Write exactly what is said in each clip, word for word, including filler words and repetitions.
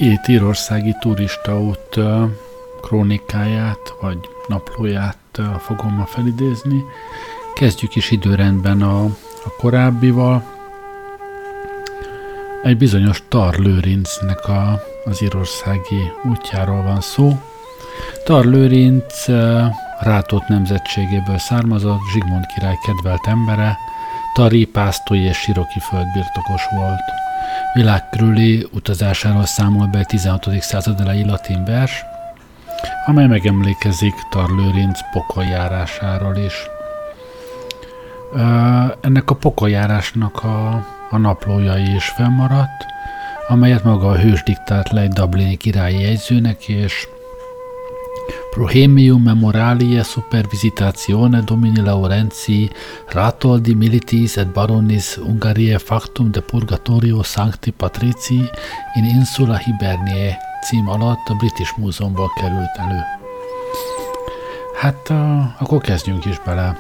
két írországi turistaút krónikáját, vagy naplóját fogom ma felidézni. Kezdjük is időrendben a, a korábbival. Egy bizonyos Tar Lőrincnek a, az írországi útjáról van szó. Tar Lőrinc Rátót nemzetségéből származott, Zsigmond király kedvelt embere, tari, pásztói és siroki földbirtokos volt. Világkörüli utazásáról számol be egy tizenhatodik század elejé latin vers, amely megemlékezik Tar Lőrinc pokoljárásáról is. Ennek a pokoljárásnak a, a naplója is fennmaradt, amelyet maga a hős diktált le egy dublini királyi jegyzőnek, és Prohemium memoraliae supervisitatione domini Laurentii Ratoldi militis et baronis Ungariae factum de purgatorio sancti patricii in insula Hiberniae cím alatt a British Múzeumból került elő. Hát uh, akkor kezdjünk is bele.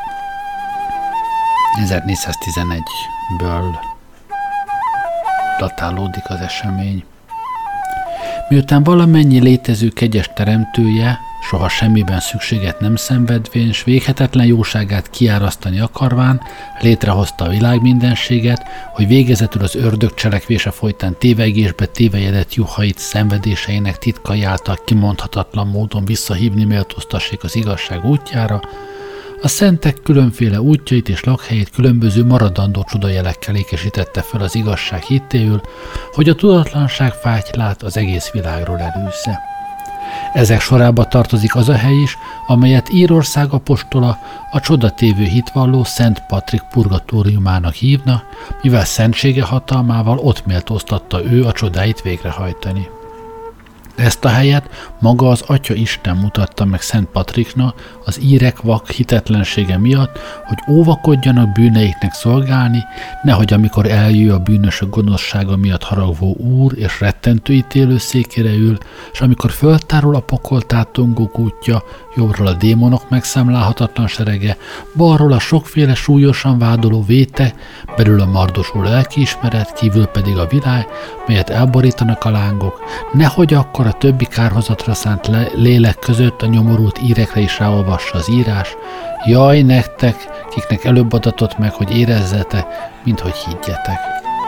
ezernégyszáztizenegyből datálódik az esemény. Miután valamennyi létező kegyes teremtője, soha semmiben szükséget nem szenvedvén, s véghetetlen jóságát kiárasztani akarván, létrehozta a világ mindenséget, hogy végezetül az ördög cselekvése folytán tévegésbe tévejedett juhait szenvedéseinek titkai által kimondhatatlan módon visszahívni méltóztassék az igazság útjára, a szentek különféle útjait és lakhelyét különböző maradandó csodajelekkel ékesítette fel az igazság hittéül, hogy a tudatlanság fátylát az egész világról elűzze. Ezek sorába tartozik az a hely is, amelyet Írország apostola a csodatévő hitvalló Szent Patrik purgatóriumának hívna, mivel szentsége hatalmával ott méltóztatta ő a csodáit végrehajtani. Ezt a helyet maga az Atya Isten mutatta meg Szent Patriknak az írek vak hitetlensége miatt, hogy óvakodjanak bűneiknek szolgálni, nehogy amikor eljő a bűnösök gonoszsága miatt haragvó úr és rettentő ítélőszékére ül, és amikor föltárul a pokol tátongók útja, jobbról a démonok megszámlálhatatlan serege, balról a sokféle súlyosan vádoló véte, belül a mardosul lelkiismeret, kívül pedig a világ, melyet elborítanak a lángok, nehogy akkor a többi kárhozatra szánt lélek között a nyomorult írekre is ráolvassa az írás. Jaj nektek, kiknek előbb adatott meg, hogy érezzetek, mint hogy higgyetek.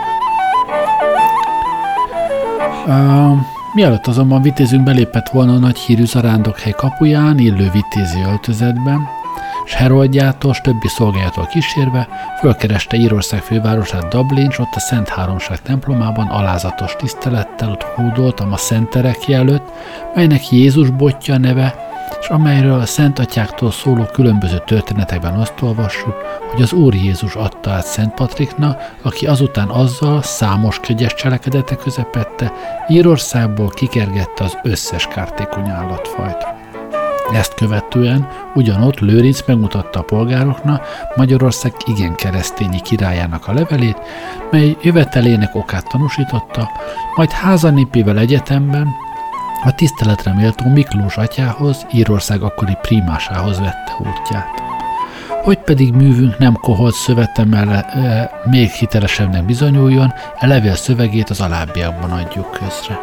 Uh, mielőtt azonban vitézünk belépett volna a nagy hírű zarándokhely kapuján, illő vitézi öltözetben, s heroldjától, s többi szolgájától kísérve fölkereste Írország fővárosát Dublin, s ott a Szent Háromság templomában alázatos tisztelettel ott hódoltam a szent erekje előtt, melynek Jézus botja neve, és amelyről a szent atyáktól szóló különböző történetekben azt olvassuk, hogy az Úr Jézus adta át Szent Patriknak, aki azután azzal számos kegyes cselekedete közepette Írországból kikergette az összes kártékony állatfajt. Ezt követően ugyanott Lőrinc megmutatta a polgároknak Magyarország igen keresztényi királyának a levelét, mely jövetelének okát tanúsította, majd házanépével egyetemben a tiszteletre méltó Miklós atyához, Írország akkori prímásához vette útját. Hogy pedig művünk nem koholt szövetemmel e, még hitelesebbnek bizonyuljon, e levél szövegét az alábbiakban adjuk közre.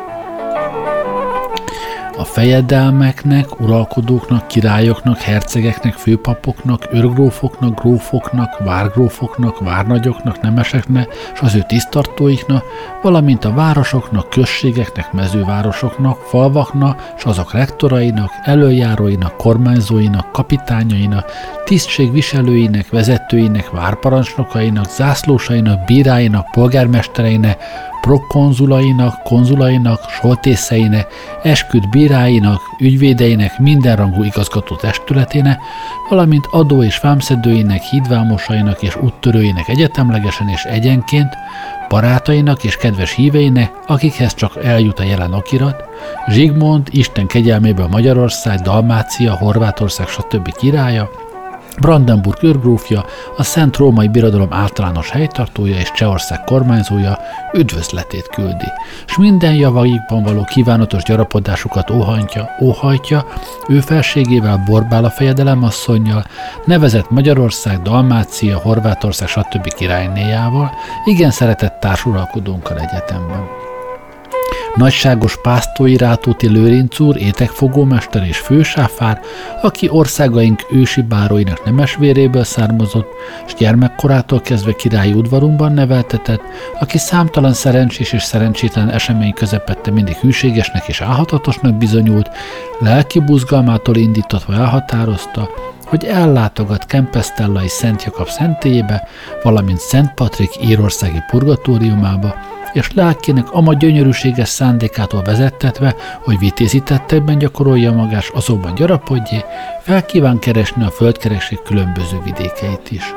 A fejedelmeknek, uralkodóknak, királyoknak, hercegeknek, főpapoknak, őrgrófoknak, grófoknak, várgrófoknak, várnagyoknak, nemeseknek, s az ő tisztartóiknak, valamint a városoknak, községeknek, mezővárosoknak, falvaknak, s azok rektorainak, elöljáróinak, kormányzóinak, kapitányainak, tisztségviselőinek, vezetőinek, várparancsnokainak, zászlósainak, bíráinak, polgármestereinek, prokonzulainak, konzulainak, soltészeinek, esküdt bíráinak, ügyvédeinek, mindenrangú igazgató testületének, valamint adó- és vámszedőinek, hídvámosainak és úttörőinek egyetemlegesen és egyenként, barátainak és kedves híveinek, akikhez csak eljut a jelen okirat, Zsigmond, Isten kegyelméből Magyarország, Dalmácia, Horvátország stb. Királya, Brandenburg őrgrófja, a Szent Római Birodalom általános helytartója és Csehország kormányzója üdvözletét küldi, s minden javaikban való kívánatos gyarapodásukat óhajtja, óhajtja, ő felségével Borbála fejedelem asszonnyal, nevezett Magyarország, Dalmácia, Horvátország stb. Királynéjával, igen szeretett társuralkodónkkal egyetemben. nagyságos Pásztói Rátóti Lőrinc úr, étekfogómester és fősáfár, aki országaink ősi báróinak nemesvéréből származott, s gyermekkorától kezdve királyi udvarunkban neveltetett, aki számtalan szerencsés és szerencsétlen esemény közepette mindig hűségesnek és álhatatosnak bizonyult, lelki buzgalmától indítotva elhatározta, hogy ellátogat Kempesztellai Szent Jakab szentélyébe, valamint Szent Patrik írországi purgatóriumába, és lelkének ama gyönyörűséges szándékától vezettetve, hogy vitézi tettekben gyakorolja magát, azokban gyarapodjé, fel kíván keresni a földkereség különböző vidékeit is.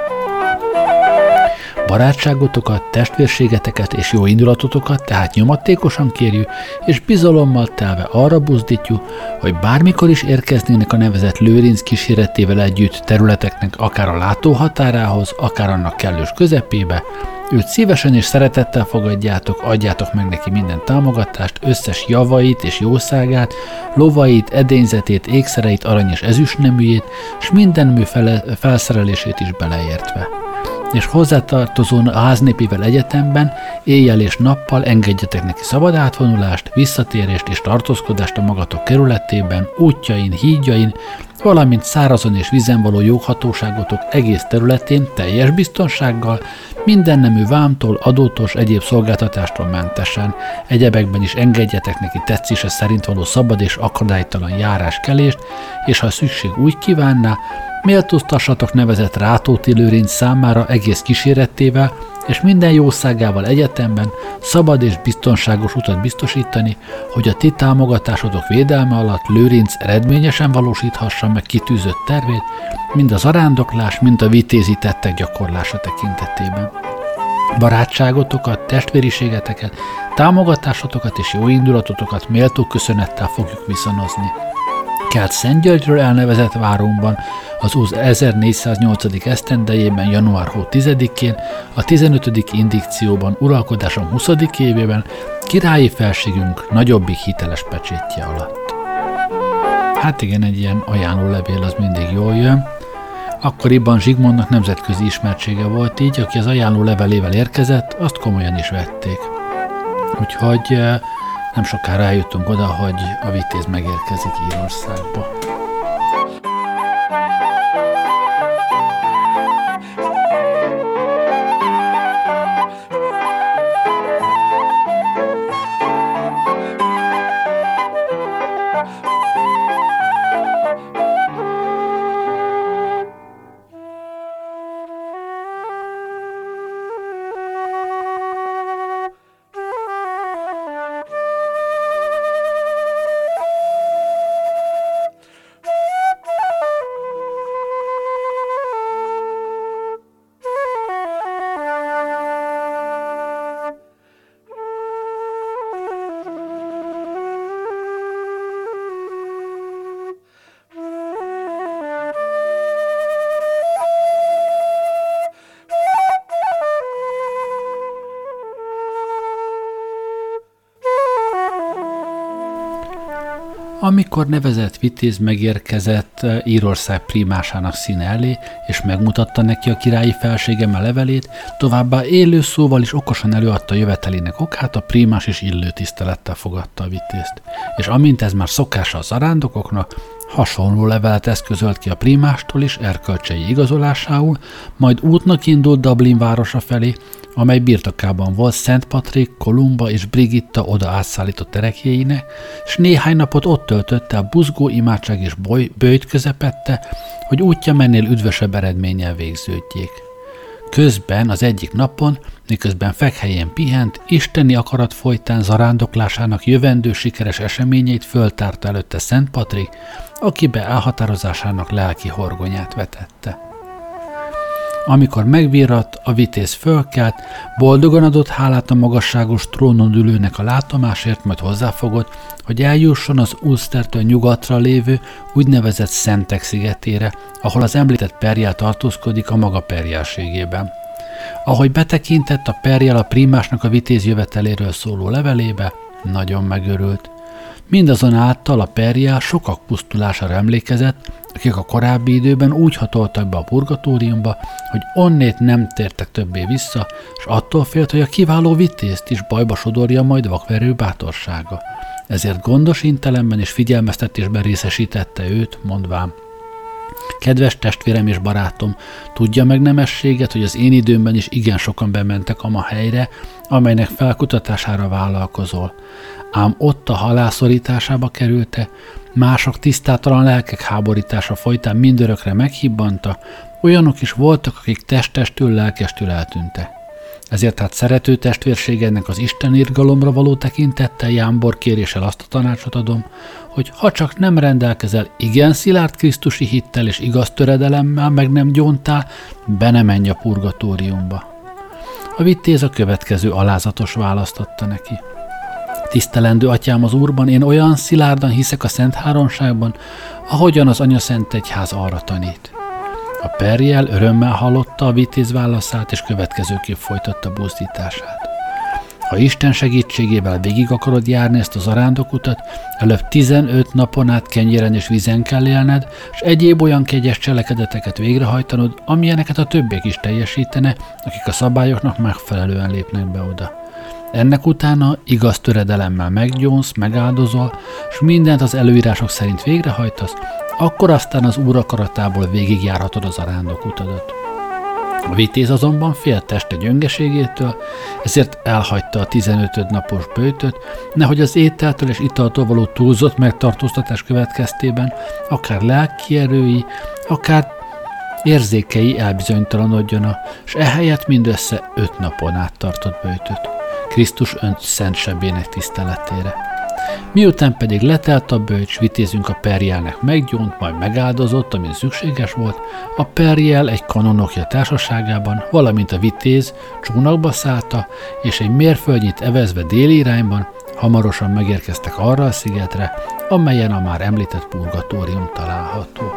Barátságotokat, testvérségeteket és jó indulatotokat tehát nyomatékosan kérjük, és bizalommal telve arra buzdítjuk, hogy bármikor is érkeznének a nevezett Lőrinc kíséretével együtt területeknek akár a látóhatárához, akár annak kellős közepébe, őt szívesen és szeretettel fogadjátok, adjátok meg neki minden támogatást, összes javait és jószágát, lovait, edényzetét, ékszereit, arany és ezüstneműjét, s minden mű fele, felszerelését is beleértve. És hozzátartozó a háznépével egyetemben éjjel és nappal engedjetek neki szabad átvonulást, visszatérést és tartózkodást a magatok kerületében, útjain, hídjain, valamint szárazon és vízen való joghatóságotok egész területén teljes biztonsággal, minden nemű vámtól, adótól és egyéb szolgáltatástól mentesen, egyebekben is engedjetek neki tetszése szerint való szabad és akadálytalan járáskelést, és ha szükség úgy kívánná, méltóztassatok nevezett Rátóti Lőrinc számára egész kísérettével, és minden jószágával egyetemben szabad és biztonságos utat biztosítani, hogy a ti támogatásotok védelme alatt Lőrinc eredményesen valósíthassa meg kitűzött tervét, mind az arándoklás, mind a vitézi tettek gyakorlása tekintetében. Barátságotokat, testvériségeteket, támogatásotokat és jó indulatotokat méltó köszönettel fogjuk viszonozni. Kelt Szentgyörgyről elnevezett várunkban az új ezernégyszáznyolcadik esztendejében január hó tizedikén, a tizenötödik indikcióban uralkodásom huszadik évében királyi felségünk nagyobbik hiteles pecsétje alatt. Hát igen, egy ilyen ajánlólevél az mindig jól jön. Akkoriban Zsigmondnak nemzetközi ismertsége volt, így aki az ajánló levelével érkezett, azt komolyan is vették. Úgyhogy nem sokára eljutunk oda, hogy a vitéz megérkezik Írországba. Amikor nevezett vitéz megérkezett Írország prímásának színe elé, és megmutatta neki a királyi felségeme levelét, továbbá élő szóval is okosan előadta jövetelének okát, a prímás is illő tisztelettel fogadta a vitézt. És amint ez már szokása az arándokoknak, hasonló levelet eszközölt ki a prímástól is erkölcsei igazolásául, majd útnak indult Dublin városa felé, amely birtokában volt Szent Patrik, Kolumba és Brigitta oda átszállított erekjéinek, s néhány napot ott töltötte a buzgó imádság és boly, böjt közepette, hogy útja mennél üdvösebb eredménnyel végződjék. Közben az egyik napon, miközben fekhelyén pihent, isteni akarat folytán zarándoklásának jövendő sikeres eseményeit föltárta előtte Szent Patrik, akibe elhatározásának lelki horgonyát vetette. Amikor megvirratt, a vitéz fölkelt, boldogan adott hálát a magasságos trónon ülőnek a látomásért, majd hozzáfogott, hogy eljusson az Ulstertől nyugatra lévő úgynevezett Szentek szigetére, ahol az említett perjel tartózkodik a maga perjelségében. Ahogy betekintett a perjel a prímásnak a vitéz jöveteléről szóló levelébe, nagyon megörült. Mindazonáltal a perjel sokak pusztulására emlékezett, akik a korábbi időben úgy hatoltak be a purgatóriumba, hogy onnét nem tértek többé vissza, és attól félt, hogy a kiváló vitézt is bajba sodorja majd vakverő bátorsága. Ezért gondos intelemben és figyelmeztetésben részesítette őt, mondván: kedves testvérem és barátom, tudja meg nemességet, hogy az én időmben is igen sokan bementek ama helyre, amelynek felkutatására vállalkozol. Ám ott a halál szorításába kerülte, mások tisztátalan lelkek háborítása folytán mindörökre meghibbanta, olyanok is voltak, akik testestől, lelkestől eltűntek. Ezért hát szerető testvérségednek az Isten irgalomra való tekintettel jámbor kéréssel azt a tanácsot adom, hogy ha csak nem rendelkezel igen szilárd krisztusi hittel és igaz töredelemmel, meg nem gyóntál, be ne menj a purgatóriumba. A vitéz a következő alázatos választ adta neki: tisztelendő atyám az Úrban, én olyan szilárdan hiszek a Szent Háromságban, ahogyan az Anya Szent Egyház arra tanít. A perjel örömmel hallotta a vitéz válaszát, és következőképp folytatta buzdítását. Ha Isten segítségével végig akarod járni ezt az arándokutat, előbb tizenöt napon át kenyéren és vízen kell élned, és egyéb olyan kegyes cselekedeteket végrehajtanod, amilyeneket a többiek is teljesítene, akik a szabályoknak megfelelően lépnek be oda. Ennek utána igaz töredelemmel meggyónsz, megáldozol, és mindent az előírások szerint végrehajtasz, akkor aztán az Úr akaratából végigjárhatod az arándokutadat. A vitéz azonban félt teste gyöngeségétől, ezért elhagyta a tizenöt napos böjtöt, nehogy az ételtől és italtól való túlzott megtartóztatás következtében akár lelki erői, akár érzékei elbizonytalanodjanak, és ehelyett mindössze öt napon át tartott böjtöt, Krisztus önt szent sebének tiszteletére. Miután pedig letelt a böjts, vitézünk a perjelnek meggyónt, majd megáldozott, amin szükséges volt, a perjel egy kanonokja társaságában, valamint a vitéz csónakba szállta, és egy mérföldnyit evezve déli irányban hamarosan megérkeztek arra a szigetre, amelyen a már említett purgatórium található.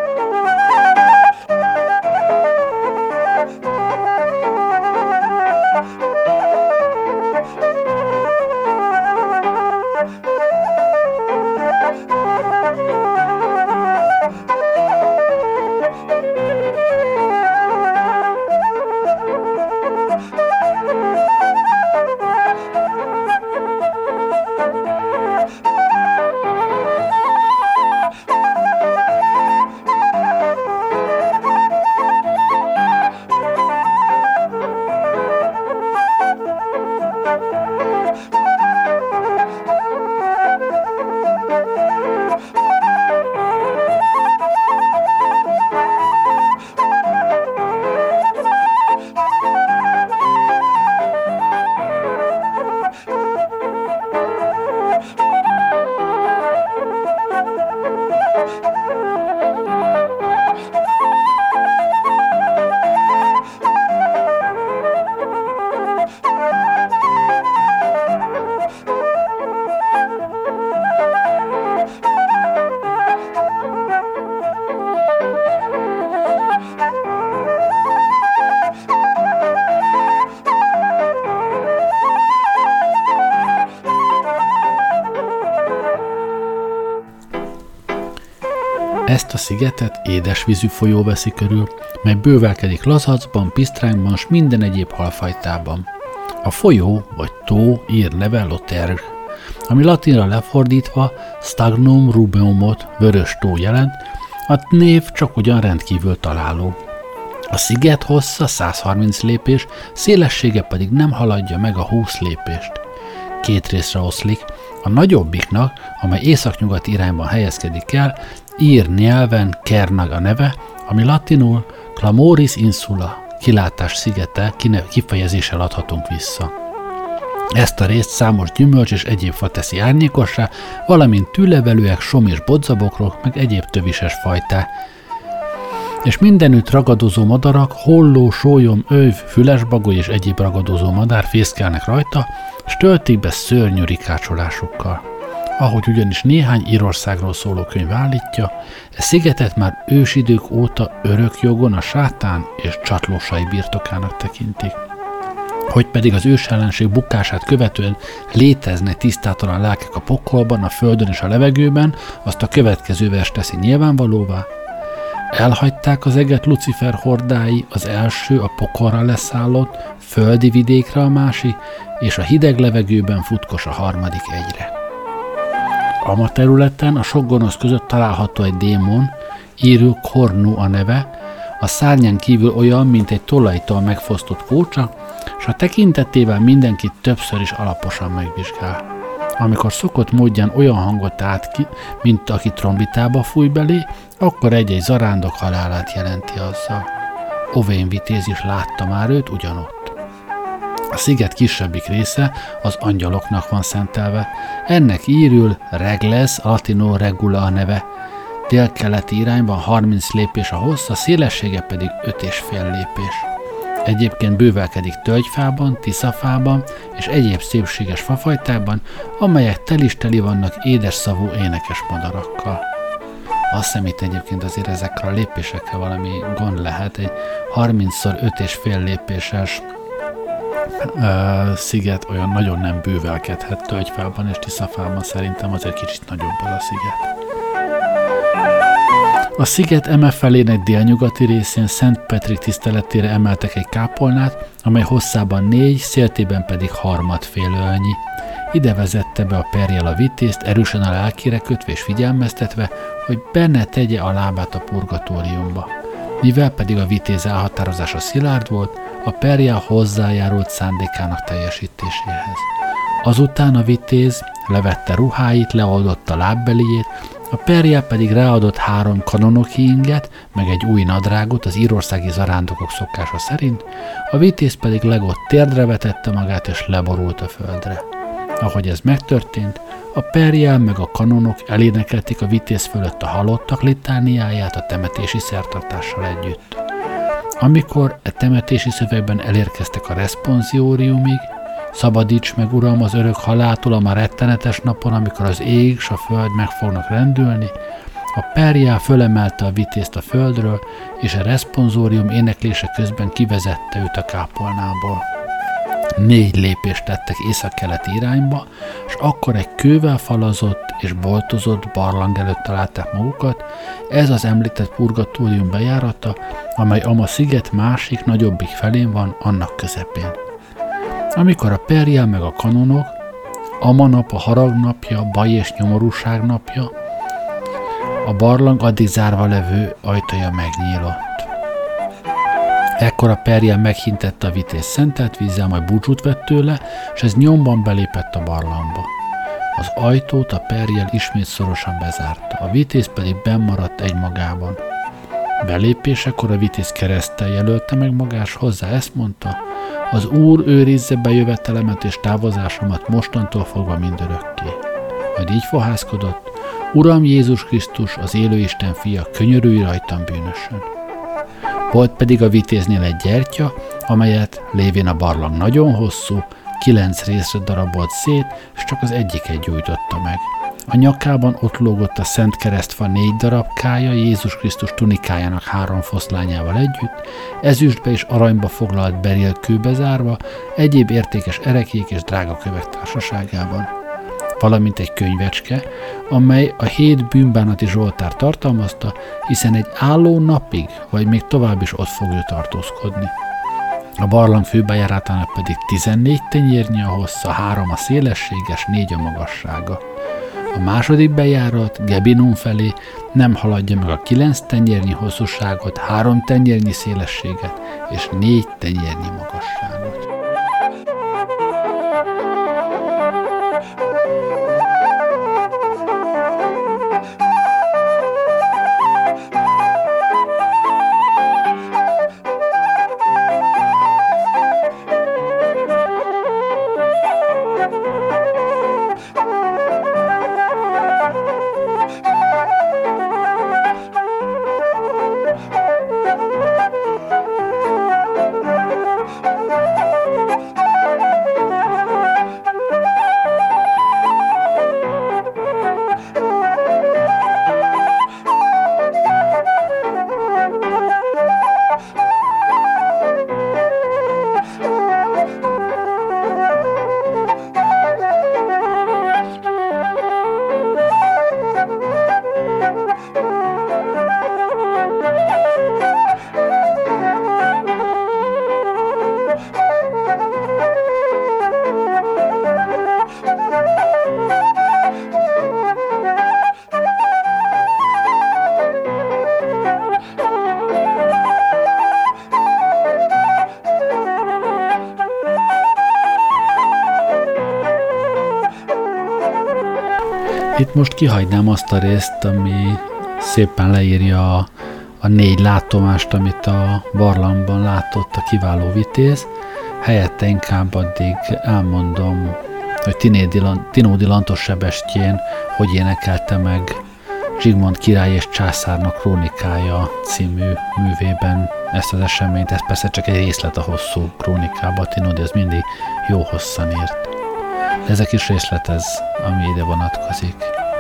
Ezt a szigetet édesvízű folyó veszi körül, mely bővelkedik lazacban, pisztrányban s minden egyéb halfajtában. A folyó vagy tó ír neve Loterg, ami latinra lefordítva Stagnum Rubeumot, vörös tó jelent, a név csak ugyan rendkívül találó. A sziget hossza száz harminc lépés, szélessége pedig nem haladja meg a húsz lépést. Két részre oszlik, a nagyobbiknak, amely északnyugati irányban helyezkedik el, ír nyelven Kernag a neve, ami latinul Clamoris Insula, kilátás szigete kifejezéssel adhatunk vissza. Ezt a részt számos gyümölcs és egyéb fa teszi árnyékossá, valamint tűlevelőek, som és bodzabokrok, meg egyéb tövises fajták. És mindenütt ragadozó madarak, holló, sólyom, őv, fülesbagoly és egyéb ragadozó madár fészkelnek rajta, s töltik be szörnyű rikácsolásukkal. Ahogy ugyanis néhány Írországról szóló könyv állítja, e szigetet már ősidők óta örök jogon a sátán és csatlósai birtokának tekintik. Hogy pedig az ősellenség bukását követően léteznek tisztátalan lelkek a pokolban, a földön és a levegőben, azt a következő vers teszi nyilvánvalóvá. Elhagyták az eget Lucifer hordái, az első a pokolra leszállott, földi vidékre a másik, és a hideg levegőben futkos a harmadik egyre. A területen a sok gonosz között található egy démon, írő Kornu a neve, a szárnyán kívül olyan, mint egy tolajtól megfosztott kócsa, és a tekintetével mindenkit többször is alaposan megvizsgál. Amikor szokott módján olyan hangot át ki, mint aki trombitába fúj belé, akkor egy-egy zarándok halálát jelenti azzal. Owain Vitéz is látta már őt ugyanott. A sziget kisebbik része az angyaloknak van szentelve. Ennek írül Regles, latino regula a neve. Délkeleti irányban harminc lépés a hossz, a szélessége pedig öt és fél lépés. Egyébként bővelkedik tölgyfában, tiszafában és egyéb szépséges fafajtában, amelyek telisteli vannak édesszavú énekes madarakkal. Azt hiszem, itt egyébként azért ezekkel a lépésekkel valami gond lehet. Egy harmincszor öt és fél lépéses uh, sziget olyan nagyon nem bővelkedhet tölgyfában és tiszafában, szerintem azért kicsit nagyobb az a sziget. A sziget eme felének délnyugati részén Szent Petrik tiszteletére emeltek egy kápolnát, amely hosszában négy, széltében pedig harmadfélölnyi. Ide vezette be a perjel a vitézt, erősen a lelkére kötve és figyelmeztetve, hogy benne tegye a lábát a purgatóriumba. Mivel pedig a vitéz elhatározása szilárd volt, a perjel hozzájárult szándékának teljesítéséhez. Azután a vitéz levette ruháit, leoldotta lábbelijét, a perjel pedig ráadott három kanonoki inget, meg egy új nadrágot az írországi zarándokok szokása szerint, a vitéz pedig legott térdre vetette magát és leborult a földre. Ahogy ez megtörtént, a perjel meg a kanonok elénekelték a vitéz fölött a halottak litániáját a temetési szertartással együtt. Amikor e temetési szövegben elérkeztek a responsióriumig, szabadíts meg, Uram, az örök haláltól a már rettenetes napon, amikor az ég s a föld meg fognak rendülni, a perjel fölemelte a vitézt a földről, és a responzórium éneklése közben kivezette őt a kápolnából. Négy lépést tettek észak-keleti irányba, és akkor egy kővel falazott és boltozott barlang előtt találták magukat. Ez az említett purgatórium bejárata, amely a sziget másik, nagyobbik felén van, annak közepén. Amikor a perjel meg a kanonok, ama nap, a harag napja, baj és nyomorúság napja, a barlang addig zárva levő ajtaja megnyílott. Ekkor a perjel meghintette a vitéz szentelt vízzel, majd búcsút vett tőle, és ez nyomban belépett a barlangba. Az ajtót a perjel ismét szorosan bezárta, a vitéz pedig benn maradt egymagában. Belépésekor a vitéz kereszttel jelölte meg magát, és hozzá ezt mondta: az Úr őrizze be jövetelemet és távozásomat mostantól fogva mindörökké. Majd így fohászkodott: Uram Jézus Krisztus, az élő Isten fia, könyörülj rajtam bűnösön. Volt pedig a vitéznél egy gyertya, amelyet lévén a barlang nagyon hosszú, kilenc részre darabolt szét, és csak az egyiket gyújtotta meg. A nyakában ott lógott a Szent Keresztfa négy darabkája Jézus Krisztus tunikájának három foszlányával együtt, ezüstbe és aranyba foglalt berélkőbe zárva, egyéb értékes erekék és drága kövek társaságában. Valamint egy könyvecske, amely a hét bűnbánati zsoltár tartalmazta, hiszen egy álló napig, vagy még tovább is ott fog ő tartózkodni. A barlang főbejáratának pedig tizennégy tenyérnyi a hossza, három a szélességes, négy a magassága. A második bejárat Gebinum felé nem haladja meg a kilenc tenyérnyi hosszúságot, három tenyérnyi szélességet és négy tenyérnyi magasságot. Itt most kihagynám azt a részt, ami szépen leírja a, a négy látomást, amit a barlangban látott a kiváló vitéz. Helyette inkább addig elmondom, hogy Tinódi Lantos Sebestyén hogy énekelte meg Zsigmond király és császárnak krónikája című művében ezt az eseményt. Ez persze csak egy részlet a hosszú krónikában, Tinódi az mindig jó hosszan írt. De ez a kis részlet ez, ami ide vonatkozik.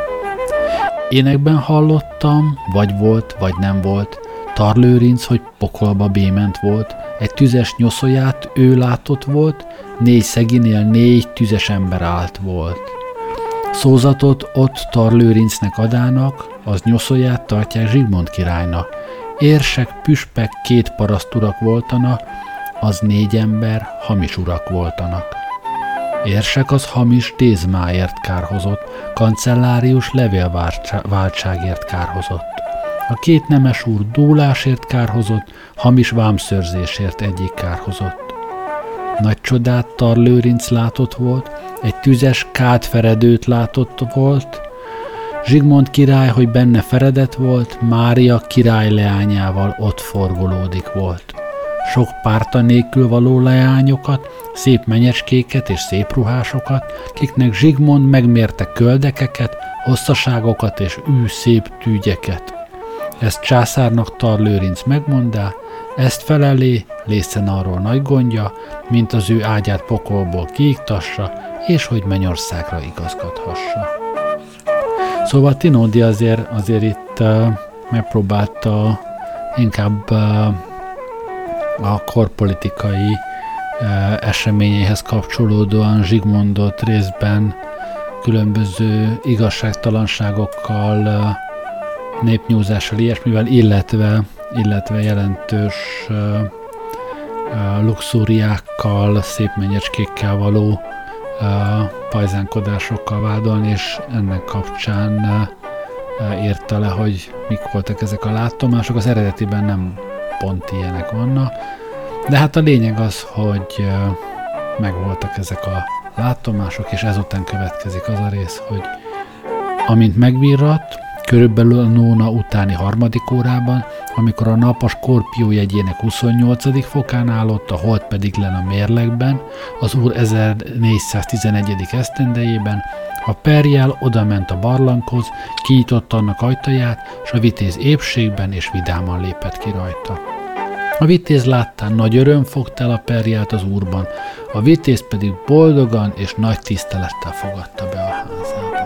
Énekben hallottam, vagy volt, vagy nem volt, Tarlőrinc, hogy pokolba bément volt, egy tüzes nyoszóját ő látott volt, négy szeginél négy tüzes ember állt volt. Szózatot ott Tarlőrincnek adának, az nyoszóját tartják Zsigmond királynak. Érsek, püspek, két paraszturak voltanak, az négy ember hamis urak voltanak. Érsek az hamis dézmáért kárhozott, kancellárius levélváltságért kárhozott. A két nemes úr dúlásért kárhozott, hamis vámszörzésért egyik kárhozott. Nagy csodát Tarlőrinc látott volt, egy tüzes kádferedőt látott volt, Zsigmond király, hogy benne feredett volt, Mária király leányával ott forgolódik volt. Sok párta nélkül való leányokat, szép menyecskéket és szép ruhásokat, kiknek Zsigmond megmérte köldekeket, hosszaságokat és ű szép tűgyeket. Ezt császárnak Tarlőrinc megmondá, ezt felelé lészen arról nagy gondja, mint az ő ágyát pokolból kiiktassa, és hogy Mennyországra igazgathassa. Szóval Tinódi azért, azért itt uh, megpróbálta inkább uh, a korpolitikai uh, eseményeihez kapcsolódóan Zsigmondot részben különböző igazságtalanságokkal, uh, népnyúzással, ilyesmivel, illetve, illetve jelentős uh, uh, luxúriákkal, szép mennyecskékkel való uh, pajzánkodásokkal vádolni, és ennek kapcsán uh, írta le, hogy mik voltak ezek a látomások. Az eredetiben nem pont ilyenek vannak, de hát a lényeg az, hogy uh, megvoltak ezek a látomások, és ezután következik az a rész, hogy amint megvirrat, körülbelül a nóna utáni harmadik órában, amikor a nap a Skorpió jegyének huszonnyolcadik fokán állott, a hold pedig len a mérlegben, az úr ezernégyszáztizenegyedik esztendejében, a perjel odament a barlanghoz, kinyitotta annak ajtaját, s a vitéz épségben és vidáman lépett ki rajta. A vitéz láttán nagy öröm fogta el a perjelt az úrban, a vitéz pedig boldogan és nagy tisztelettel fogadta be a házába.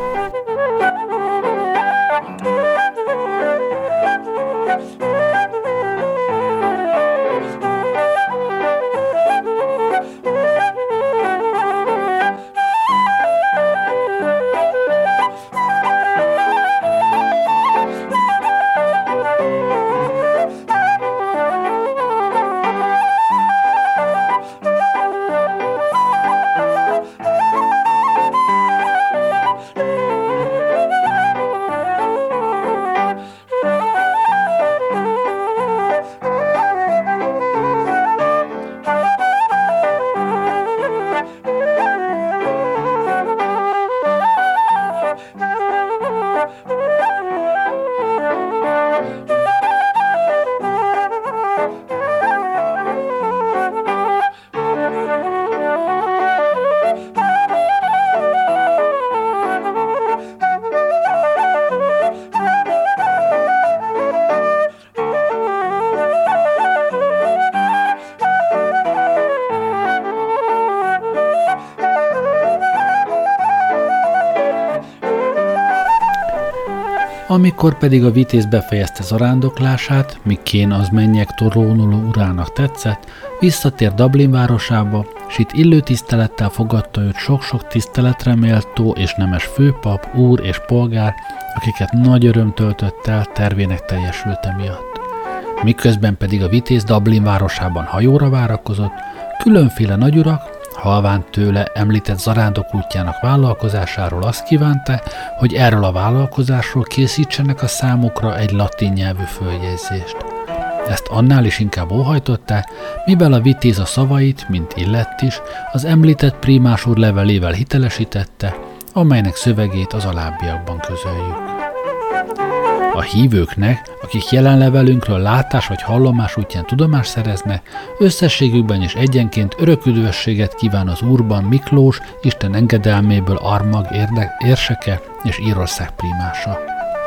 Amikor pedig a vitéz befejezte zarándoklását, mikén az mennyek trónuló urának tetszett, visszatért Dublin városába, s itt illő tisztelettel fogadta őt sok-sok tiszteletre méltó és nemes főpap, úr és polgár, akiket nagy öröm töltött el tervének teljesülte miatt. Miközben pedig a vitéz Dublin városában hajóra várakozott, különféle nagyurak, halván tőle említett zarándok útjának vállalkozásáról azt kívánta, hogy erről a vállalkozásról készítsenek a számukra egy latin nyelvű följegyzést. Ezt annál is inkább óhajtották, mivel a vitéz a szavait, mint illett is, az említett prímás úr levelével hitelesítette, amelynek szövegét az alábbiakban közöljük. A hívőknek, akik jelen levelünkről látás vagy hallomás útján tudomást szereznek, összességükben és egyenként örök üdvösséget kíván az Úrban Miklós, Isten engedelméből Armag érde- érseke és Írország prímása.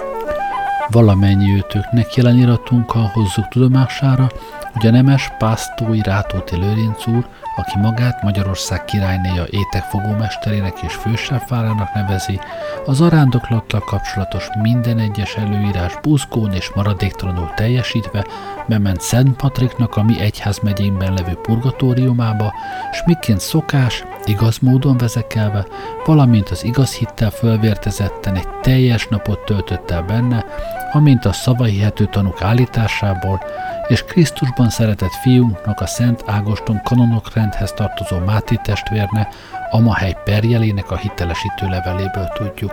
Valamennyi őtöknek jelenirattunkkal hozzuk tudomására, hogy a nemes Pásztói Rátóti Lőrinc úr, aki magát Magyarország királynéja étekfogómesterének és fősáfárának nevezi, az arándoklattal kapcsolatos minden egyes előírás buzgón és maradéktalanul teljesítve bement Szent Patriknak a mi egyházmegyénkben levő purgatóriumába, s miként szokás, igaz módon vezekelve, valamint az igaz hittel fölvértezetten egy teljes napot töltött el benne, amint a szavahihető tanúk állításából, és Krisztusban szeretett fiunknak, a Szent Ágoston kanonokrendhez tartozó Máté testvérne, Amahely perjelének a hitelesítő leveléből tudjuk.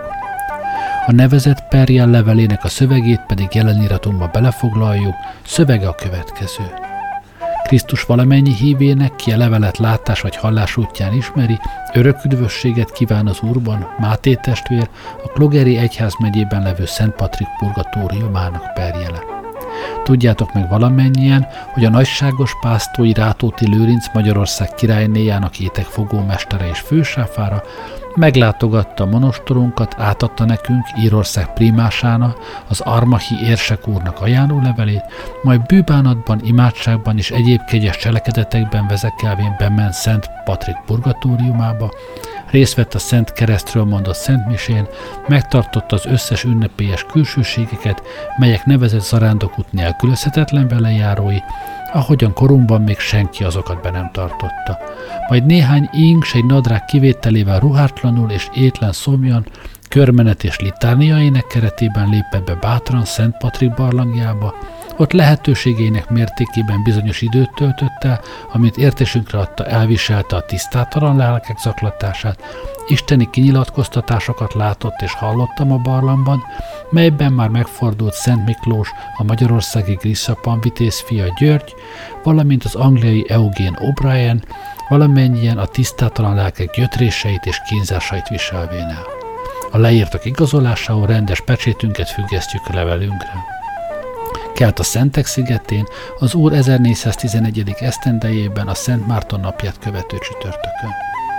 A nevezett perjel levelének a szövegét pedig jeleniratunkba belefoglaljuk, szövege a következő. Krisztus valamennyi hívének, ki a levelet látás vagy hallás útján ismeri, örök üdvösséget kíván az Úrban, Máté testvér, a Klogeri egyházmegyében levő Szent Patrik purgatóriumának perjele. Tudjátok meg valamennyien, hogy a nagyságos Pásztói Rátóti Lőrinc Magyarország királynéjának étekfogó mestere és fősáfára meglátogatta a monostorunkat, átadta nekünk Írország prímásának, az Armahi érsek úrnak ajánlólevelét, majd bűbánatban, imádságban és egyéb kegyes cselekedetekben vezekelvén bement Szent Patrik purgatóriumába, részt vett a Szent Keresztről mondott Szent Misén, megtartotta az összes ünnepélyes külsőségeket, melyek nevezett zarándokút nélkülözhetetlen velejárói, ahogyan korunkban még senki azokat be nem tartotta. Majd néhány ing s egy nadrág kivételével ruhátlanul és étlen szomjan, körmenet és litániainek keretében lépett be bátran Szent Patrik barlangjába, ott lehetőségeinek mértékében bizonyos időt töltött el, amit értésünkre adta, elviselte a tisztátalan lelkek zaklatását, isteni kinyilatkoztatásokat látott és hallottam a barlangban, melyben már megfordult Szent Miklós, a magyarországi Grisszapan vitéz fia György, valamint az angliai Eugene O'Brien, valamennyien a tisztátalan lelkek gyötréseit és kínzásait viselvén el. A leírtak igazolásául rendes pecsétünket függesztjük a levelünkre. Kelt a Szentek szigetén, az Úr ezernégyszáztizenegyedik esztendejében a Szent Márton napját követő csütörtökön.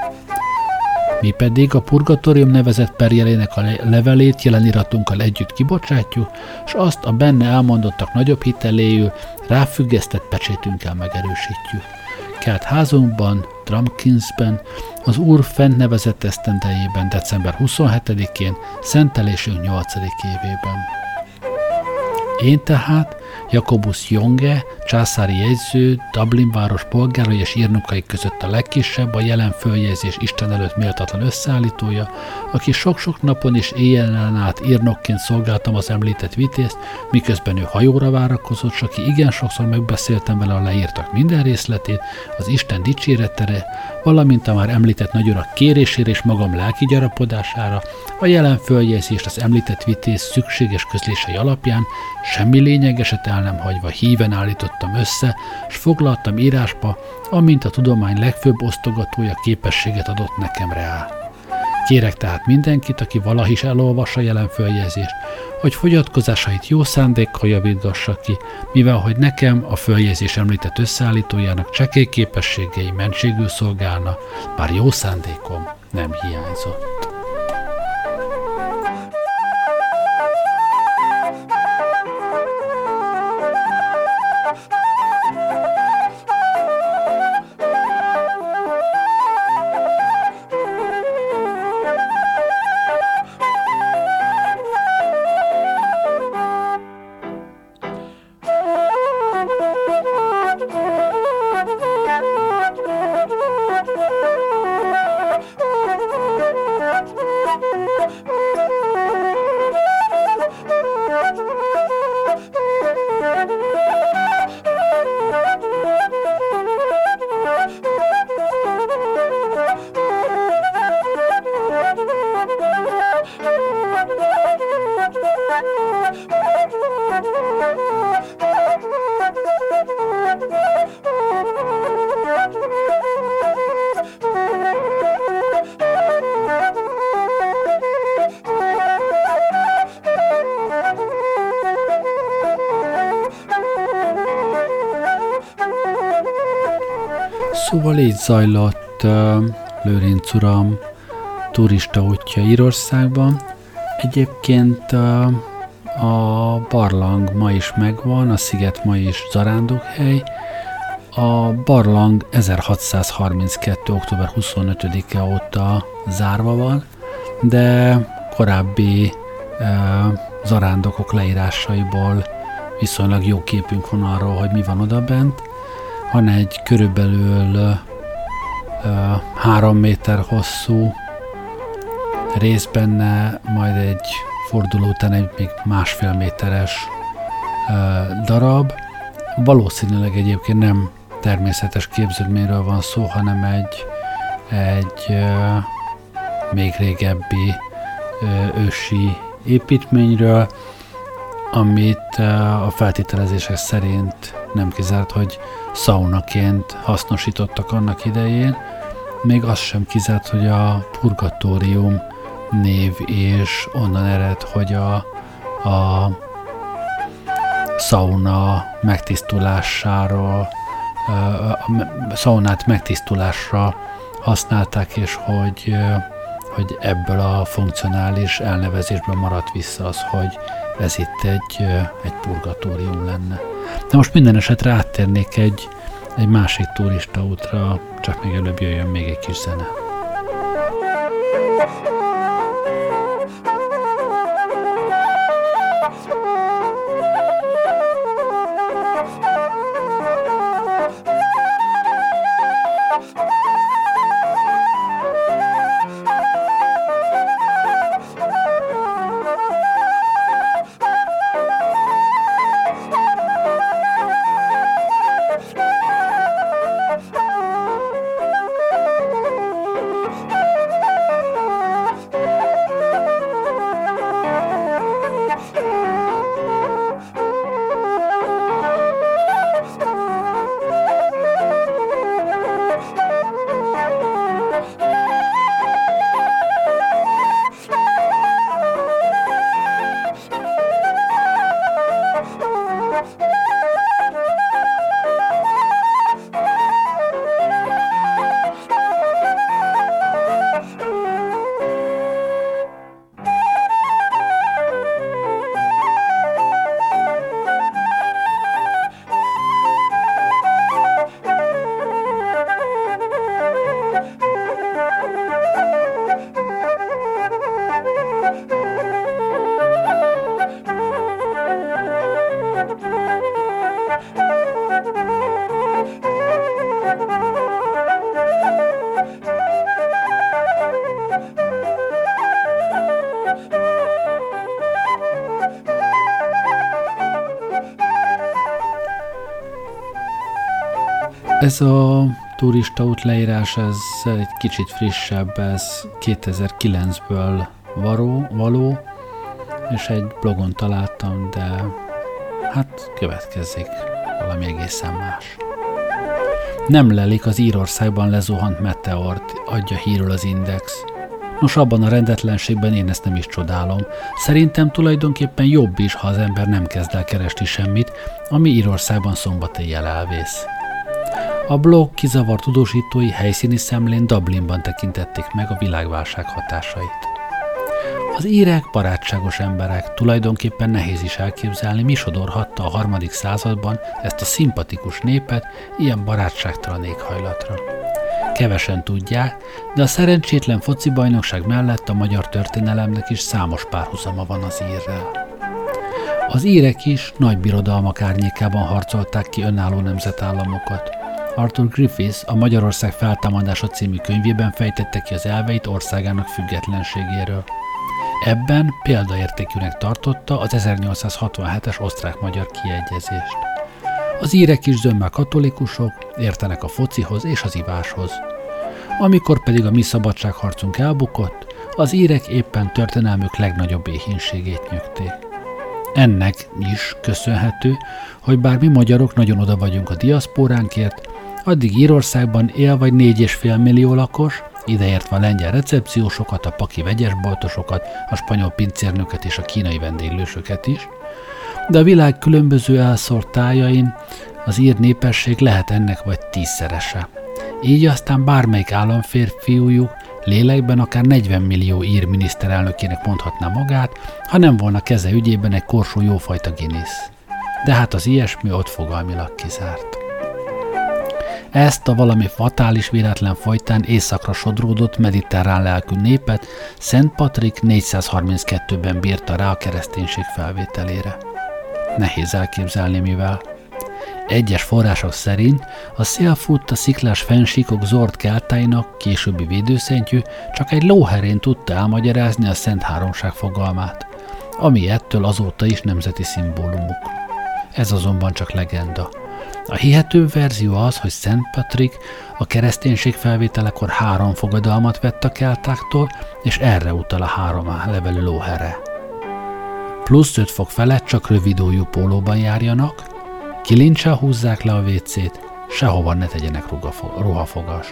Mi pedig a Purgatórium nevezett perjelének a levelét jeleniratunkkal együtt kibocsátjuk, s azt a benne elmondottak nagyobb hiteléül ráfüggesztett pecsétünkkel megerősítjük. Kelt házunkban, Drumkinsben, az Úr fent nevezett esztendejében december huszonhetedikén, szentelésünk nyolcadik évében. Én tehát, Jakobus Jonge, császári jegyző, Dublin város polgárai és írnokai között a legkisebb, a jelen följegyzés Isten előtt méltatlan összeállítója, aki sok-sok napon és éjjelen át írnokként szolgáltam az említett vitézt, miközben ő hajóra várakozott, s aki igen sokszor megbeszéltem vele a leírtak minden részletét, az Isten dicséretére, valamint a már említett nagyurak kérésére és magam lelki gyarapodására, a jelen följegyzést az említett vitéz szükséges közlései alapján semmi lényegeset el nem hagyva híven állítottam össze, s foglaltam írásba, amint a tudomány legfőbb osztogatója képességet adott nekem rá. Kérek tehát mindenkit, aki valaha is elolvassa jelen följegyzést, hogy fogyatkozásait jó szándékkal javítgassa ki, mivel hogy nekem a följegyzés említett összeállítójának csekély képességei mentségül szolgálna, bár jó szándékom nem hiányzott. Szóval így zajlott uh, Lőrinc uram turista útja Írországban. Egyébként uh, a barlang ma is megvan, a sziget ma is zarándokhely. A barlang ezerhatszázharminckettő. október huszonötödike óta zárva van, de korábbi uh, zarándokok leírásaiból viszonylag jó képünk van arról, hogy mi van odabent. Van egy körülbelül uh, három méter hosszú rész benne, majd egy forduló után egy még másfél méteres uh, darab. Valószínűleg egyébként nem természetes képződményről van szó, hanem egy, egy uh, még régebbi uh, ősi építményről, amit uh, a feltételezések szerint nem kizárt, hogy szaunaként hasznosítottak annak idején. Még az sem kizárt, hogy a purgatórium név és onnan ered, hogy a, a szauna megtisztulásáról, a szaunát megtisztulásra használták, és hogy, hogy ebből a funkcionális elnevezésből maradt vissza az, hogy ez itt egy, egy purgatórium lenne. De most minden esetre áttérnék egy, egy másik turista útra, csak még előbb jöjjön még egy kis zene. Ez a turistaút leírás, ez egy kicsit frissebb, ez kétezer-kilencből való, való, és egy blogon találtam, de hát következik valami egészen más. Nem lelik az Írországban lezuhant meteort, adja hírül az Index. Nos, abban a rendetlenségben én ezt nem is csodálom. Szerintem tulajdonképpen jobb is, ha az ember nem kezd el keresni semmit, ami Írországban szombat éjjel elvész. A blog kizavart tudósítói helyszíni szemlén Dublinban tekintették meg a világválság hatásait. Az írek barátságos emberek, tulajdonképpen nehéz is elképzelni, mi sodorhatta a harmadik században ezt a szimpatikus népet ilyen barátságtalan éghajlatra. Kevesen tudják, de a szerencsétlen foci bajnokság mellett a magyar történelemnek is számos párhuzama van az írrel. Az írek is nagy birodalmak árnyékában harcolták ki önálló nemzetállamokat. Arthur Griffiths a Magyarország feltámadása című könyvében fejtette ki az elveit országának függetlenségéről. Ebben példaértékűnek tartotta az ezernyolcszázhatvanhetes osztrák-magyar kiegyezést. Az írek is zömmel katolikusok, értenek a focihoz és az iváshoz. Amikor pedig a mi szabadságharcunk elbukott, az írek éppen történelmük legnagyobb éhínségét nyögték. Ennek is köszönhető, hogy bár mi magyarok nagyon oda vagyunk a diaszpóránkért, addig Írországban él vagy négy és fél millió lakos, ideértve a lengyel recepciósokat, a paki vegyesboltosokat, a spanyol pincérnöket és a kínai vendéglősöket is, de a világ különböző elszórt tájain az ír népesség lehet ennek vagy tízszerese. így aztán bármelyik államférfiújuk lélekben akár negyven millió ír miniszterelnökének mondhatná magát, ha nem volna keze ügyében egy korsó jófajta Guinness. De hát az ilyesmi ott fogalmilag kizárt. Ezt a valami fatális véletlen folytán északra sodródott mediterrán lelkű népet Szent Patrik négyszázharminckettőben bírta rá a kereszténység felvételére. Nehéz elképzelni mivel. Egyes források szerint a szélfutta sziklás fennsíkok zord keltáinak későbbi védőszentjű csak egy lóherén tudta elmagyarázni a Szent Háromság fogalmát, ami ettől azóta is nemzeti szimbólumuk. Ez azonban csak legenda. A hihetőbb verzió az, hogy Szent Patrik a kereszténység felvételekor három fogadalmat vett a keltáktól, és erre utal a három levelű lóhere. Plusz öt fok felett csak rövidójú pólóban járjanak, kilincsel húzzák le a vécét, sehova ne tegyenek ruhafogast.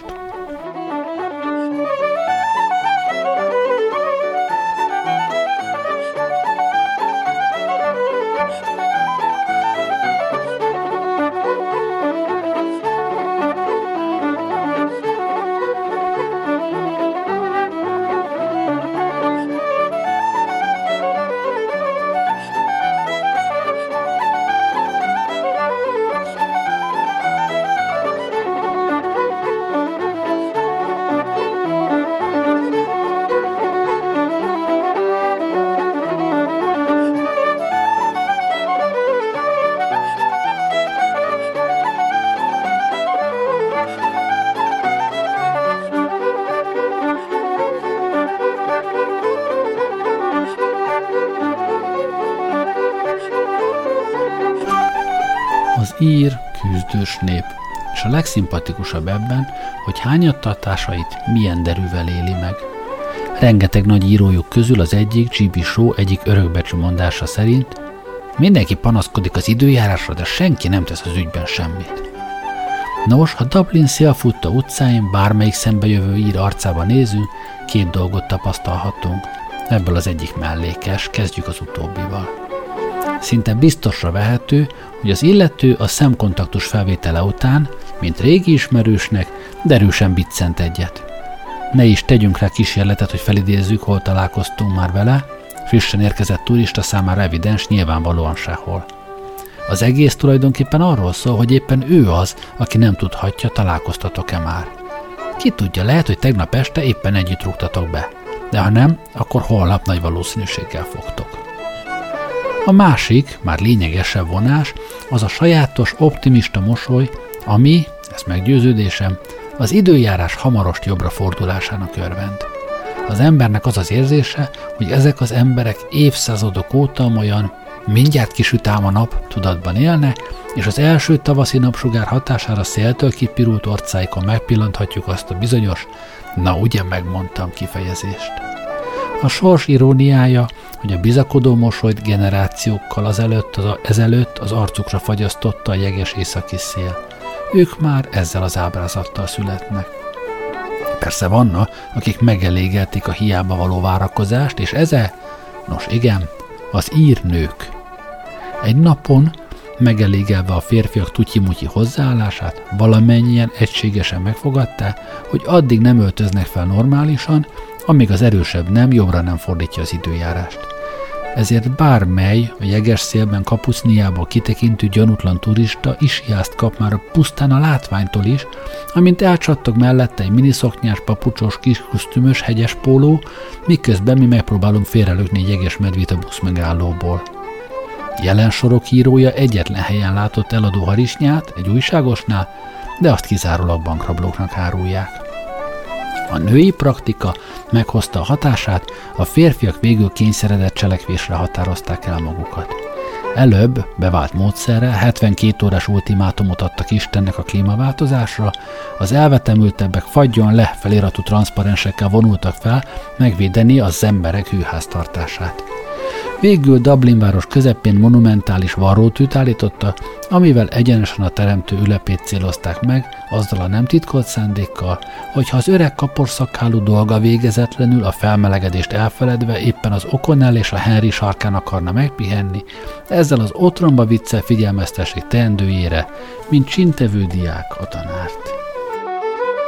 Az ír küzdős nép, és a legszimpatikusabb ebben, hogy hányattartásait milyen derűvel éli meg. Rengeteg nagy írójuk közül az egyik, gé bé Shaw egyik örökbecsű mondása szerint mindenki panaszkodik az időjárásra, de senki nem tesz az ügyben semmit. Nos, ha Dublin szélfutta utcáin bármelyik szembejövő ír arcába nézünk, két dolgot tapasztalhatunk. Ebből az egyik mellékes, kezdjük az utóbbival. Szinte biztosra vehető, hogy az illető a szemkontaktus felvétele után, mint régi ismerősnek, derűsen biccent egyet. Ne is tegyünk rá kísérletet, hogy felidézzük, hol találkoztunk már vele, frissen érkezett turista számára evidens, nyilvánvalóan sehol. Az egész tulajdonképpen arról szól, hogy éppen ő az, aki nem tudhatja, találkoztatok-e már. Ki tudja, lehet, hogy tegnap este éppen együtt rúgtatok be, de ha nem, akkor holnap nagy valószínűséggel fogtok. A másik, már lényegesebb vonás, az a sajátos, optimista mosoly, ami, ez meggyőződésem, az időjárás hamarost jobbra fordulásának örvend. Az embernek az az érzése, hogy ezek az emberek évszázadok óta olyan mindjárt kisüt ám a nap tudatban élne, és az első tavaszi napsugár hatására széltől kipirult orcáikon megpillanthatjuk azt a bizonyos, na ugye megmondtam kifejezést. A sors iróniája, hogy a bizakodó mosolyt generációkkal azelőtt az, ezelőtt az arcukra fagyasztotta a jeges északi szél. Ők már ezzel az ábrázattal születnek. Persze vannak, akik megelégelték a hiába való várakozást, és eze, nos igen, az ír nők. Egy napon, megelégelve a férfiak tutyi-mutyi hozzáállását, valamennyien egységesen megfogadták, hogy addig nem öltöznek fel normálisan, amíg az erősebb nem jobbra nem fordítja az időjárást. Ezért bármely a jeges szélben kapucniából kitekintő gyanútlan turista isiászt kap már pusztán a látványtól is, amint elcsattog mellette egy miniszoknyás, papucsos, kis kosztümös, hegyes póló, miközben mi megpróbálunk félrelökni egy jeges medvét a buszmegállóból. Jelen sorok írója egyetlen helyen látott eladó harisnyát, egy újságosnál, de azt kizárólag bankrablóknak árulják. A női praktika meghozta a hatását, a férfiak végül kényszeredett cselekvésre határozták el magukat. Előbb, bevált módszerrel hetvenkét órás ultimátumot adtak Istennek a klímaváltozásra, az elvetemültebbek fagyjon le feliratú transzparensekkel vonultak fel megvédeni az emberek hűháztartását. Végül Dublin város közepén monumentális varrótűt állítottak, amivel egyenesen a teremtő ülepét célozták meg, azzal a nem titkolt szándékkal, hogy ha az öreg kaporszakálú dolga végezetlenül a felmelegedést elfeledve éppen az O'Connell és a Henry sarkán akarna megpihenni, ezzel az otromba viccel figyelmeztessék teendőjére, mint csintevő diák a tanárt.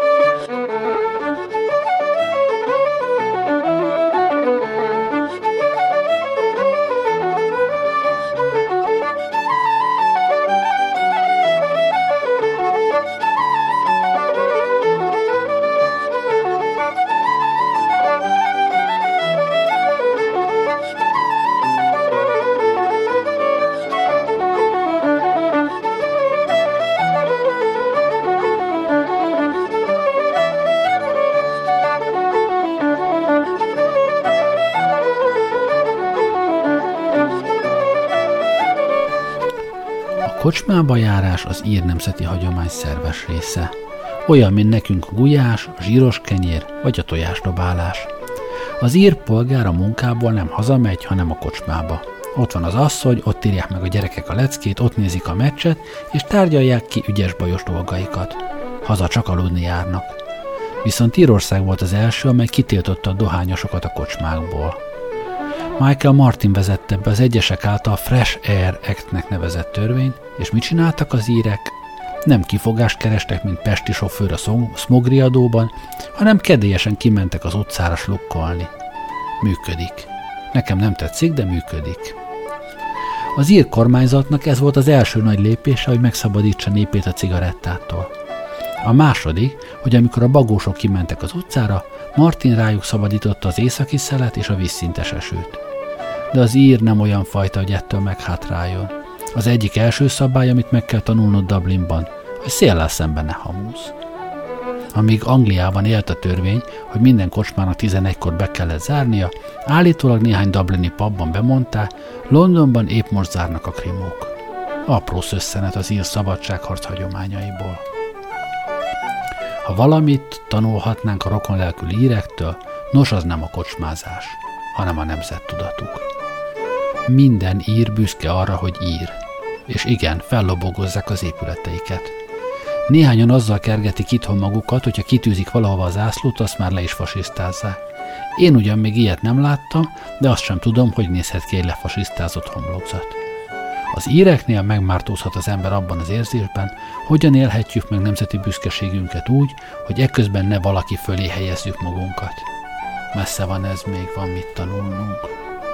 kocsmába járás az ír nemzeti hagyomány szerves része. Olyan, mint nekünk a gulyás, a zsíros kenyér vagy a tojásdobálás. Az ír polgár a munkából nem hazamegy, hanem a kocsmába. Ott van az asszony, ott írják meg a gyerekek a leckét, ott nézik a meccset, és tárgyalják ki ügyes-bajos dolgaikat. Haza csak aludni járnak. Viszont Írország volt az első, amely kitiltotta a dohányosokat a kocsmákból. Michael Martin vezette be az egyesek által Fresh Air Act-nek nevezett törvényt, és mit csináltak az írek? Nem kifogást kerestek, mint pesti sofőr a szmogriadóban, hanem kedélyesen kimentek az utcára slukkolni. Működik. Nekem nem tetszik, de működik. Az ír kormányzatnak ez volt az első nagy lépése, hogy megszabadítsa népét a cigarettától. A második, hogy amikor a bagósok kimentek az utcára, Martin rájuk szabadította az északi szelet és a vízszintes esőt. De az ír nem olyan fajta, hogy ettől meghátráljon. Az egyik első szabály, amit meg kell tanulnod Dublinban, hogy széllel szemben ne hamulsz. Amíg Angliában élt a törvény, hogy minden kocsmának tizenegykor be kellett zárnia, állítólag néhány dublini pubban bemondták, Londonban épp most zárnak a krimók. Apró szösszenet az ír szabadságharc hagyományaiból. Ha valamit tanulhatnánk a rokonlelkű írektől, nos, az nem a kocsmázás, hanem a nemzettudatuk. Minden ír büszke arra, hogy ír. És igen, fellobogozzák az épületeiket. Néhányan azzal kergetik itthon magukat, hogyha kitűzik valahova az zászlót, azt már le is fasisztázzák. Én ugyan még ilyet nem láttam, de azt sem tudom, hogy nézhet ki egy lefasisztázott homlokzat. Az íreknél megmártózhat az ember abban az érzésben, hogyan élhetjük meg nemzeti büszkeségünket úgy, hogy ekközben ne valaki fölé helyezzük magunkat. Messze van ez, még van mit tanulnunk.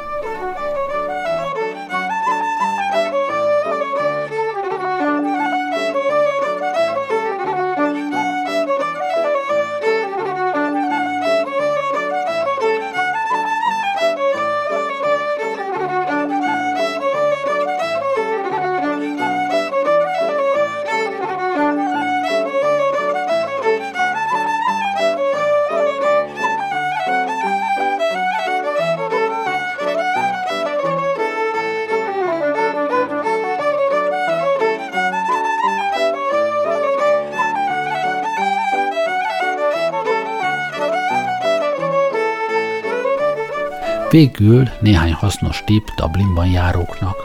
Végül néhány hasznos tipp Dublinban járóknak.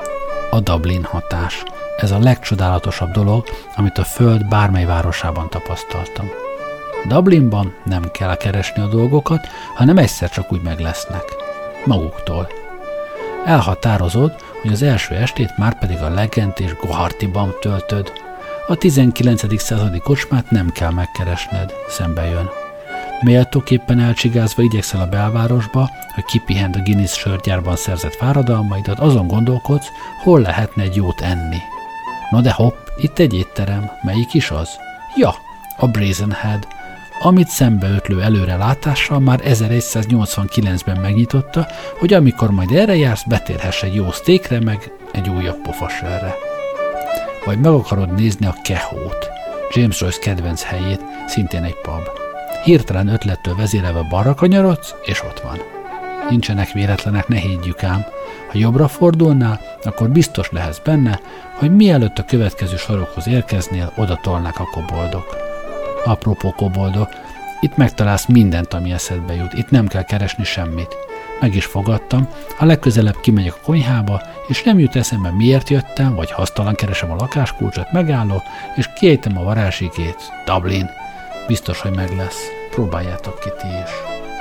A Dublin hatás. Ez a legcsodálatosabb dolog, amit a föld bármely városában tapasztaltam. Dublinban nem kell keresni a dolgokat, hanem egyszer csak úgy meg lesznek. Maguktól. Elhatározod, hogy az első estét már pedig a Legent és Gohartyban töltöd. A tizenkilencedik századi kocsmát nem kell megkeresned, szembe jön. Méltóképpen elcsigázva igyekszel a belvárosba, hogy kipihend a Guinness sörgyárban szerzett fáradalmaidat, azon gondolkodsz, hol lehetne egy jót enni. No de hopp, itt egy étterem, melyik is az? Ja, a Brazen Head, amit szembeötlő előrelátással már ezeregyszáznyolcvankilencben megnyitotta, hogy amikor majd erre jársz, betérhess egy jó sztékre, meg egy újabb pofasörre. Vagy meg akarod nézni a Kehót, James Joyce kedvenc helyét, szintén egy pub. Hirtelen ötlettől vezérelve balra kanyarodsz, és ott van. Nincsenek véletlenek, ne higgyük ám. Ha jobbra fordulnál, akkor biztos lehetsz benne, hogy mielőtt a következő sarokhoz érkeznél, oda tolnák a koboldok. Apropó koboldok, itt megtalálsz mindent, ami eszedbe jut, itt nem kell keresni semmit. Meg is fogadtam, ha legközelebb kimegyek a konyhába, és nem jut eszembe, miért jöttem, vagy hasztalan keresem a lakáskulcsot, megállok, és kiejtem a varázsigét. Dublin. Biztos, hogy meg lesz. Próbáljátok ki ti is.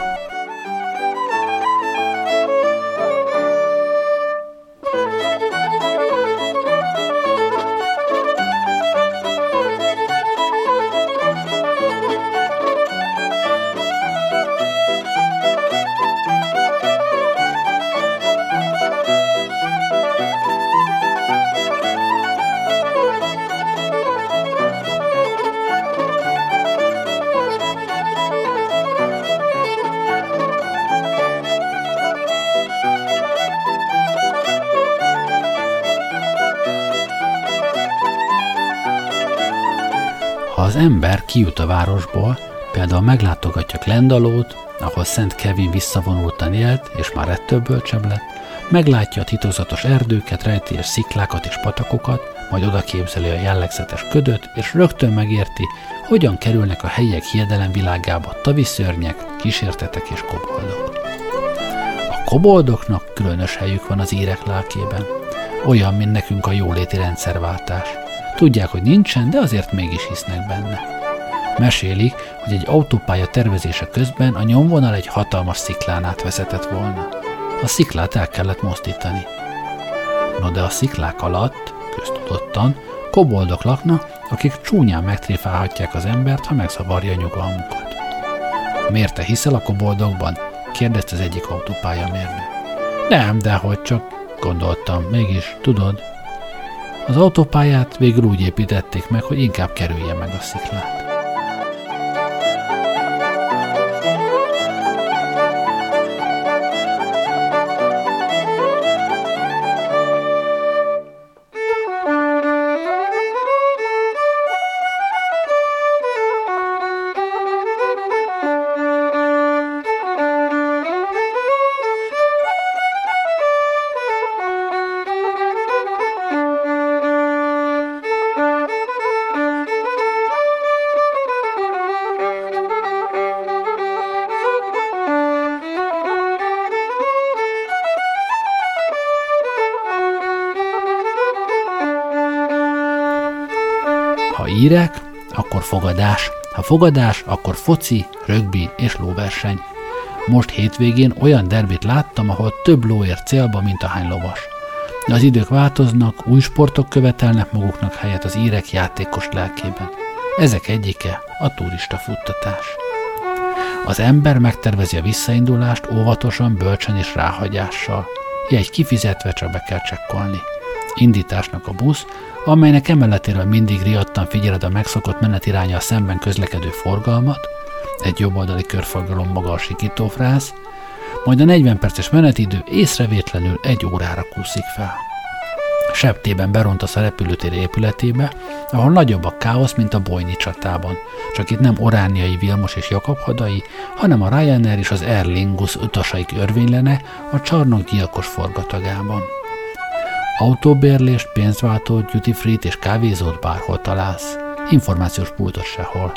Ha az ember kijut a városból, például meglátogatja Glendalough-t, ahol Szent Kevin visszavonultan élt, és már ettől bölcsebb lett, meglátja a titokzatos erdőket, rejtélyes sziklákat és patakokat, majd oda képzeli a jellegzetes ködöt, és rögtön megérti, hogyan kerülnek a helyiek hiedelem világába taviszörnyek, kísértetek és koboldok. A koboldoknak különös helyük van az írek lelkében. Olyan, mint nekünk a jóléti rendszerváltás. Tudják, hogy nincsen, de azért mégis hisznek benne. Mesélik, hogy egy autópálya tervezése közben a nyomvonal egy hatalmas sziklán át vezetett volna. A sziklát el kellett mozdítani. No de a sziklák alatt, köztudottan, koboldok laknak, akik csúnyán megtréfálhatják az embert, ha megzavarja a nyugalmukat. Miért te hiszel a koboldokban? Kérdezte az egyik autópályamérnök. Nem, dehogy csak, gondoltam, mégis, tudod. Az autópályát végül úgy építették meg, hogy inkább kerülje meg a sziklát. Ha írek, akkor fogadás. Ha fogadás, akkor foci, rögbi és lóverseny. Most hétvégén olyan derbit láttam, ahol több ló ért célba, mint ahány lovas. De az idők változnak, új sportok követelnek maguknak helyet az írek játékos lelkében. Ezek egyike a turista futtatás. Az ember megtervezi a visszaindulást óvatosan, bölcsen és ráhagyással. Jegy kifizetve csak be kell csekkolni. Indításnak a busz, amelynek emeletéről mindig riadtan figyeled a megszokott menetiránnyal szemben közlekedő forgalmat, egy jobboldali körforgalom maga a sikítófrász, majd a negyven perces menetidő észrevétlenül egy órára kúszik fel. Septében berontasz a repülőtér épületébe, ahol nagyobb a káosz, mint a Bojnyi csatában, csak itt nem Orániai Vilmos és Jakab hadai, hanem a Ryanair és az Aer Lingus utasaik örvénylene a csarnok gyilkos forgatagában. Autóbérlést, pénzváltót, duty free-t és kávézót bárhol találsz. Információs pultot sehol.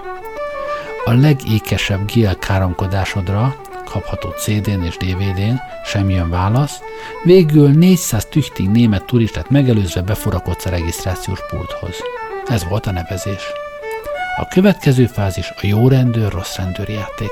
A legékesebb Giel káromkodásodra, kapható cé dén és dé vé dén, sem jön válasz, végül négyszáz tüchtig német turistát megelőzve beforakodsz a regisztrációs pulthoz. Ez volt a nevezés. A következő fázis a jó rendőr, rossz rendőr játék.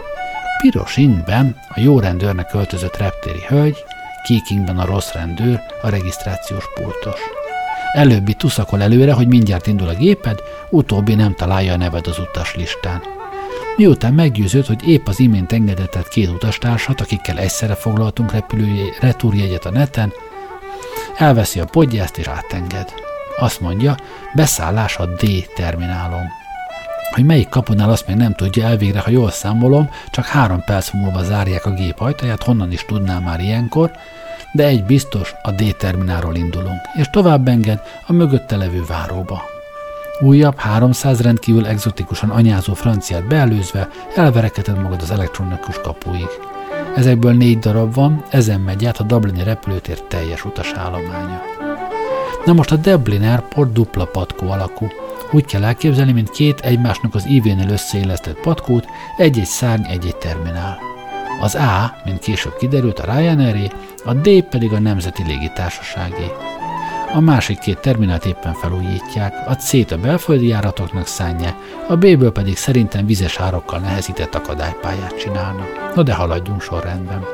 Piros ingben a jó rendőrnek öltözött reptéri hölgy, kék ingben a rossz rendőr, a regisztrációs pultos. Előbbi tuszakol előre, hogy mindjárt indul a géped, utóbbi nem találja a neved az utaslistán. Miután meggyőződ, hogy épp az imént engedetett két utastársat, akikkel egyszerre foglaltunk retúrjegyet a neten, elveszi a podgyászt és átenged. Azt mondja, beszállás a D terminálon. Hogy melyik kapunál, azt még nem tudja, elvégre, ha jól számolom, csak három perc múlva zárják a gép ajtaját, honnan is tudnál már ilyenkor, de egy biztos, a D terminálról indulunk, és tovább enged a mögötte levő váróba. Újabb háromszáz rendkívül egzotikusan anyázó franciát beelőzve elverekeded magad az elektronikus kapuig. Ezekből négy darab van, ezen megy át a dublini repülőtér teljes utasállománya. Na most a Dublin Airport dupla patkó alakú. Úgy kell elképzelni, mint két egymásnak az ívénél összeillesztett patkót, egy-egy szárny, egy-egy terminál. Az A, mint később kiderült, a Ryanairé, a D pedig a Nemzeti Légitársaságé. A másik két terminált éppen felújítják, a C-t a belföldi járatoknak szánják, a B-ből pedig szerintem vizes árakkal nehezített akadálypályát csinálnak. Na de haladjunk sorrendben.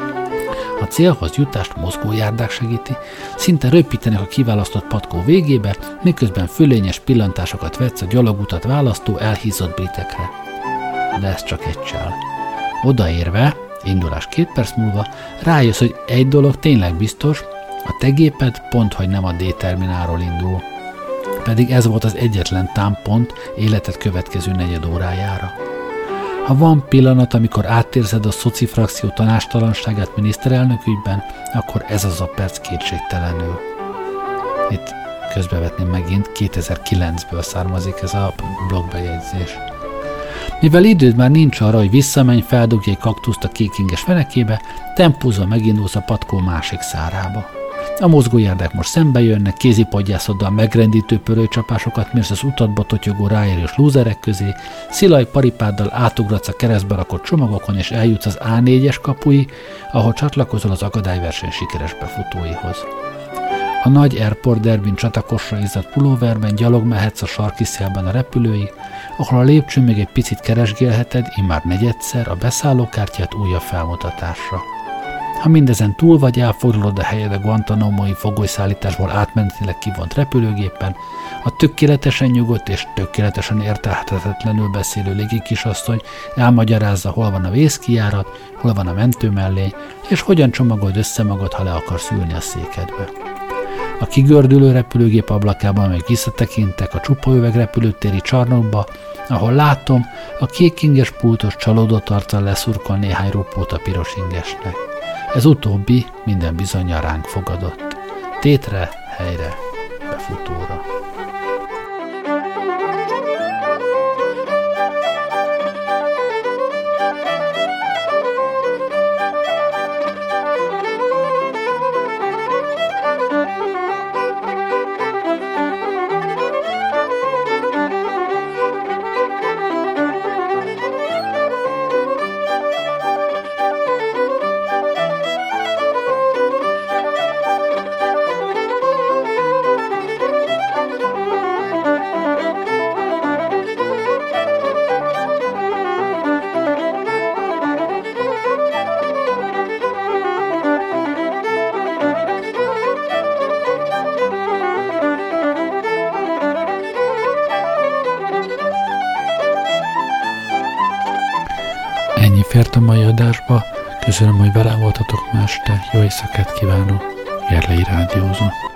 A célhoz jutást mozgójárdák segíti, szinte röpítenek a kiválasztott patkó végébe, miközben fölényes pillantásokat vetsz a gyalogutat választó elhízott britekre. De ez csak egy csel. Odaérve, indulás két perc múlva, rájössz, hogy egy dolog tényleg biztos, a te géped pont, hogy nem a D-terminálról indul. Pedig ez volt az egyetlen támpont életed következő negyed órájára. Ha van pillanat, amikor átérzed a szoci frakció tanástalanságát miniszterelnök ügyben, akkor ez az a perc kétségtelenül. Itt közbevetném megint, kétezer-kilencből származik ez a blogbejegyzés. Mivel időd már nincs arra, hogy visszamenj, feldugj egy kaktuszt a kékinges fenekébe, tempózva megindulsz a patkó másik szárába. A mozgójárdák most szembe jönnek, kézipodjászoddal megrendítő pörőcsapásokat mérsz az utatba totyogó ráérős lúzerek közé, szilaj paripáddal átugratsz a keresztbe rakott csomagokon, és eljutsz az á négyes kapui, ahol csatlakozol az akadályverseny sikeres befutóihoz. A nagy Airport Derbyn csatakosra izzadt pulóverben gyalog mehetsz a sarki szélben a repülőig, ahol a lépcsőn még egy picit keresgélheted, immár negyedszer a beszállókártyát újabb felmutatásra. Ha mindezen túl vagy, elfoglalod a helyed a Guantanamo-i fogolyszállításból átmenetileg kivont repülőgépen, a tökéletesen nyugodt és tökéletesen értelhetetlenül beszélő légikisasszony elmagyarázza, hol van a vészkijárat, hol van a mentőmellény, és hogyan csomagold össze magad, ha le akarsz ülni a székedbe. A kigördülő repülőgép ablakában meg visszatekintek a csupa üvegrepülőtéri csarnokba, ahol látom, a kékinges pultos csalódott arccal leszurkol néhány ropót a piros ingesnek. Ez utóbbi minden bizonnyal ránk fogadott. Tétre, helyre, befutóra. Ennyi fért a mai adásba, köszönöm, hogy velem voltatok ma este, jó éjszakát kívánok, Gerlei Rádiózó.